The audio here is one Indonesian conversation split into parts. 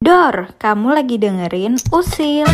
Dor, kamu lagi dengerin Usil.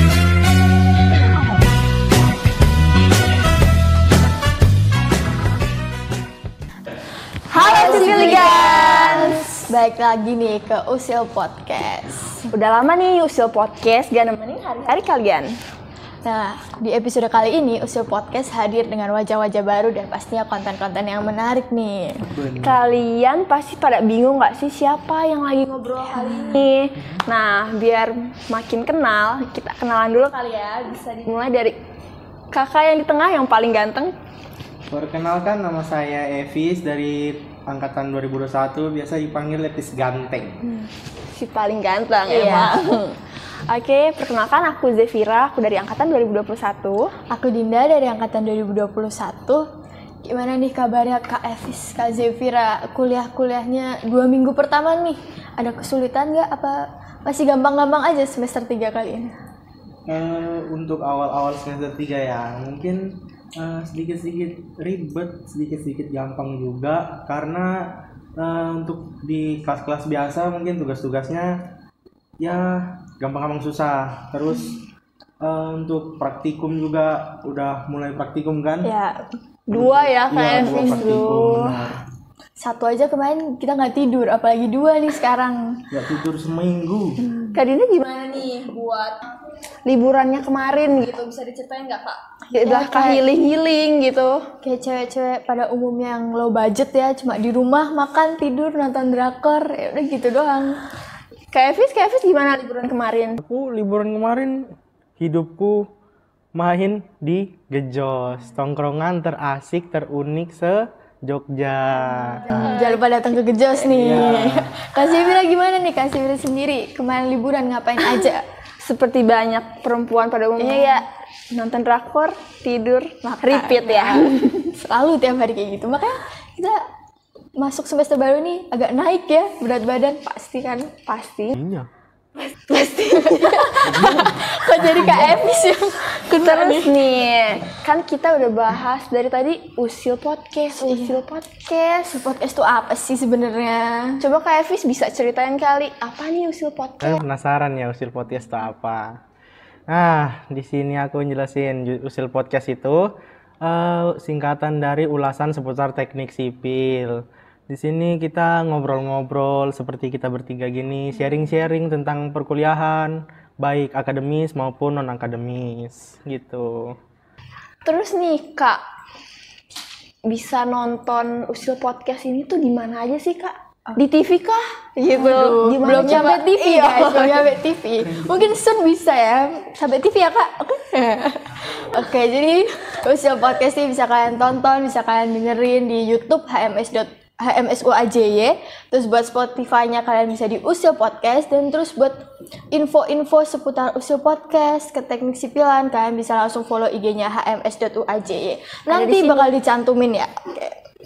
Halo Usiligans, balik lagi nih ke Usil Podcast. Udah lama nih Usil Podcast gak nemenin hari-hari kalian. Nah, di episode kali ini Usil Podcast hadir dengan wajah-wajah baru dan pastinya konten-konten yang menarik nih. Kalian pasti pada bingung gak sih siapa yang lagi ngobrol kali ini? Nah, biar makin kenal, kita kenalan dulu kali ya. Bisa dimulai dari kakak yang di tengah yang paling ganteng. Perkenalkan, nama saya Evis dari angkatan 2021, biasa dipanggil Letis Ganteng. Si paling ganteng Iya. emang. Oke, perkenalkan aku Zefira, aku dari angkatan 2021. Aku Dinda dari angkatan 2021. Gimana nih kabarnya Kak Evis, Kak Zefira? Kuliahnya 2 minggu pertama nih. Ada kesulitan nggak? Apa masih gampang-gampang aja semester 3 kali ini? Untuk awal-awal semester 3 ya, mungkin sedikit-sedikit ribet, sedikit-sedikit gampang juga. Karena untuk di kelas-kelas biasa mungkin tugas-tugasnya ya gampang-gampang susah. Terus untuk praktikum juga udah mulai praktikum kan? Ya, 2 ya Kak Iya, 2 Evis praktikum, tuh. benar. 1 aja kemarin kita nggak tidur, apalagi 2 nih sekarang. Gak tidur seminggu. Kak Dinda gimana nih buat liburannya kemarin gitu, bisa diceritain nggak Kak? Ya udah kayak- healing gitu. Kayak cewek-cewek pada umumnya yang low budget ya, cuma di rumah makan, tidur, nonton drakor, ya udah gitu doang. Kak Evis gimana liburan kemarin? Aku liburan kemarin hidupku main di Gejos, tongkrongan terasik terunik se-Jogja. Jangan lupa datang ke Gejos nih. Iya. Kak Zevira gimana nih, Kak Zevira sendiri kemarin liburan ngapain aja? Seperti banyak perempuan pada umumnya ya, nonton drakor, tidur, repeat ya. Selalu tiap hari kayak gitu. Makanya kita masuk semester baru nih agak naik ya berat badan, pasti kan? Pasti. Iya. Kok jadi Kak Evis yang Terus nih, kan kita udah bahas dari tadi Usil Podcast. podcast tuh apa sih sebenarnya? Coba Kak Evis bisa ceritain kali apa nih Usil Podcast? Kalian penasaran ya Usil Podcast itu apa? Nah, di sini aku jelasin Usil Podcast itu singkatan dari ulasan seputar teknik sipil. Di sini kita ngobrol-ngobrol seperti kita bertiga gini, sharing-sharing tentang perkuliahan, baik akademis maupun non-akademis, gitu. Terus nih Kak, bisa nonton Usil Podcast ini tuh di mana aja sih Kak? Di TV kah? Gitu. Aduh, Gimana belum coba? nyampe TV Iya. guys, belum nyampe TV. Mungkin soon bisa ya, sampai TV ya Kak. Oke, jadi Usil Podcast ini bisa kalian tonton, bisa kalian dengerin di YouTube HMSUAJY. Terus buat Spotify-nya kalian bisa di Usil Podcast, dan terus buat info-info seputar Usil Podcast ke teknik sipilan kalian bisa langsung follow IG-nya HMS.UAJY. Nanti bakal dicantumin ya. Oke.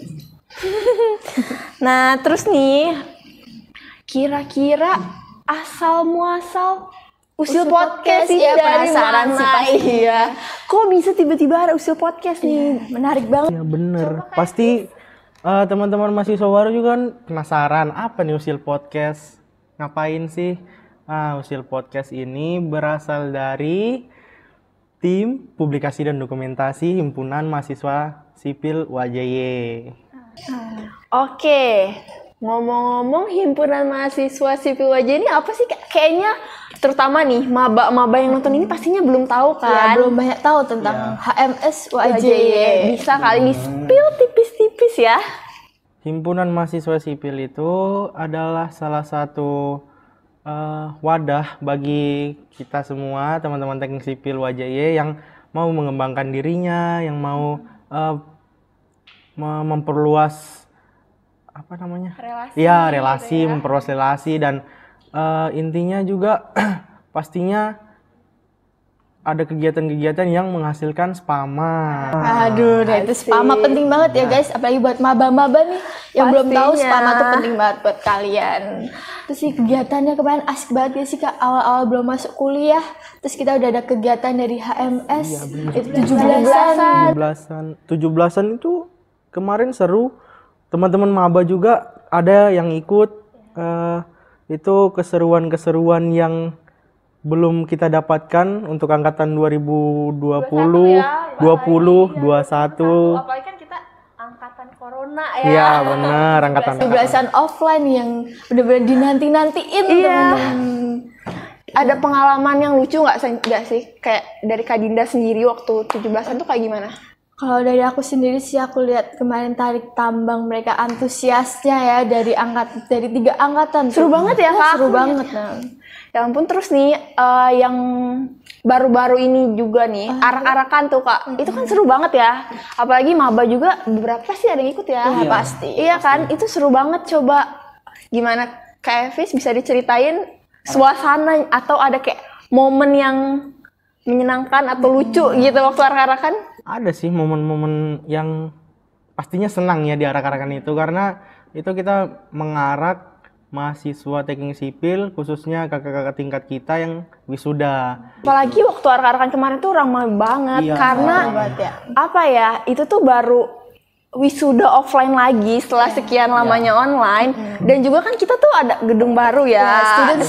Nah, terus nih, kira-kira asal muasal Usil Podcast ini ya, dari penasaran mana? sih pasti. Iya. Kok bisa tiba-tiba ada Usil Podcast nih? Menarik banget. Ya bener, pasti teman-teman mahasiswa baru juga kan penasaran apa nih Usil Podcast, ngapain sih? Usil Podcast ini berasal dari tim publikasi dan dokumentasi Himpunan Mahasiswa Sipil UAJY. Oke, ngomong-ngomong Himpunan Mahasiswa Sipil Wajah ini apa sih? Kayaknya terutama nih maba-maba yang nonton ini pastinya belum tahu Ya, kan? belum banyak tahu tentang HMS UAJY. Bisa kali di-spill tipis-tipis ya? Himpunan Mahasiswa Sipil itu adalah salah satu wadah bagi kita semua teman-teman teknik sipil UAJY yang mau mengembangkan dirinya, yang mau memperluas apa namanya? Relasi. Iya, relasi, gitu ya. memperluas relasi, dan intinya juga pastinya ada kegiatan-kegiatan yang menghasilkan spama. Aduh, nah itu spama penting banget ya guys, apalagi buat maba-maba nih yang belum tahu Pastinya. spama tuh penting banget buat kalian. Terus sih kegiatannya kemarin asik banget ya sih Kak, awal-awal belum masuk kuliah, terus kita udah ada kegiatan dari HMS, itu 17-an. 17-an itu kemarin seru. Teman-teman maba juga ada yang ikut itu keseruan-keseruan yang belum kita dapatkan untuk angkatan 2020, 20, 21. Apalagi kan kita angkatan corona ya. Iya benar, angkatan. 17-an offline yang bener-bener dinanti-nantiin teman-teman. Ada pengalaman yang lucu nggak sih? Kayak dari Kak Dinda sendiri waktu 17-an tuh kayak gimana? Kalau dari aku sendiri sih aku lihat kemarin tarik tambang mereka antusiasnya ya dari 3 angkatan. Seru banget ya, Kak? Seru banget. Nah. Ya ampun, terus nih yang baru-baru ini juga nih arak-arakan tuh Kak, itu kan seru banget ya. Apalagi maba juga beberapa sih ada yang ikut ya. Iya, pasti. Iya kan, itu seru banget. Coba gimana Kak Evis bisa diceritain suasana atau ada kayak momen yang menyenangkan atau lucu gitu waktu arak-arakan? Ada sih momen-momen yang pastinya senang ya di arak-arakan itu, karena itu kita mengarak mahasiswa teknik sipil, khususnya kakak-kakak tingkat kita yang wisuda. Apalagi waktu arak-arakan kemarin tuh ramai banget. Iya, karena apa ya, itu tuh baru wisuda offline lagi setelah sekian lamanya online. Dan juga kan kita tuh ada gedung baru ya, Student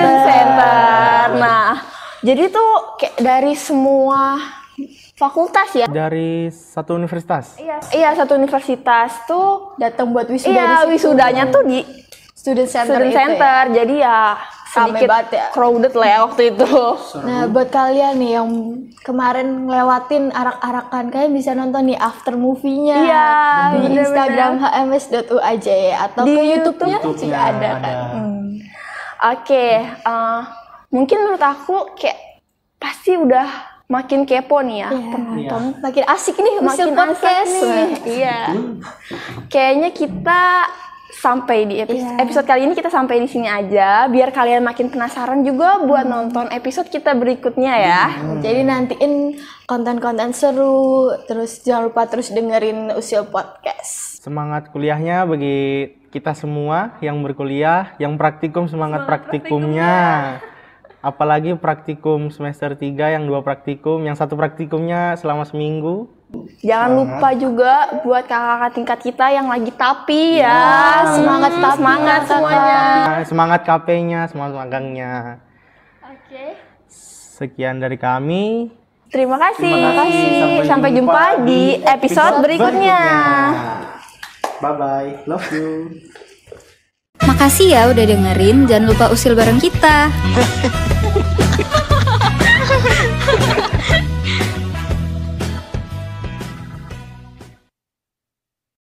Center. Nah, jadi tuh kayak dari semua fakultas ya. Dari satu universitas. Iya, satu universitas tuh Datang buat wisuda di iya situ. wisudanya tuh di Student Center Student itu Center. ya. Jadi ya sedikit banget ya. crowded lah ya waktu itu. Nah, buat kalian nih yang kemarin ngelewatin arak-arakan, kalian bisa nonton nih after movie-nya Iya, di bener-bener. Instagram hms.uaj atau Di ke YouTube-nya YouTube-nya juga ada kan. ada. Oke, mungkin menurut aku kayak pasti udah makin kepo nih ya penonton. Makin asik nih Makin Usil Podcast. asik nih. Iya. Kayaknya kita sampai di episode kali ini kita sampai di sini aja biar kalian makin penasaran juga buat nonton episode kita berikutnya ya. Jadi nantiin konten-konten seru, terus jangan lupa terus dengerin Usil Podcast. Semangat kuliahnya bagi kita semua yang berkuliah, yang praktikum semangat praktikumnya. Apalagi praktikum semester 3 yang 2 praktikum, yang 1 praktikumnya selama seminggu. Jangan lupa juga buat kakak-kakak tingkat kita yang lagi tapi ya. Semangat tapi semangat kakak. semuanya. Semangat KP-nya, semangat magangnya. Oke. Sekian dari kami. Terima kasih. Terima kasih. Sampai jumpa di episode berikutnya. Bye-bye. Love you. Makasih ya udah dengerin, jangan lupa usil bareng kita.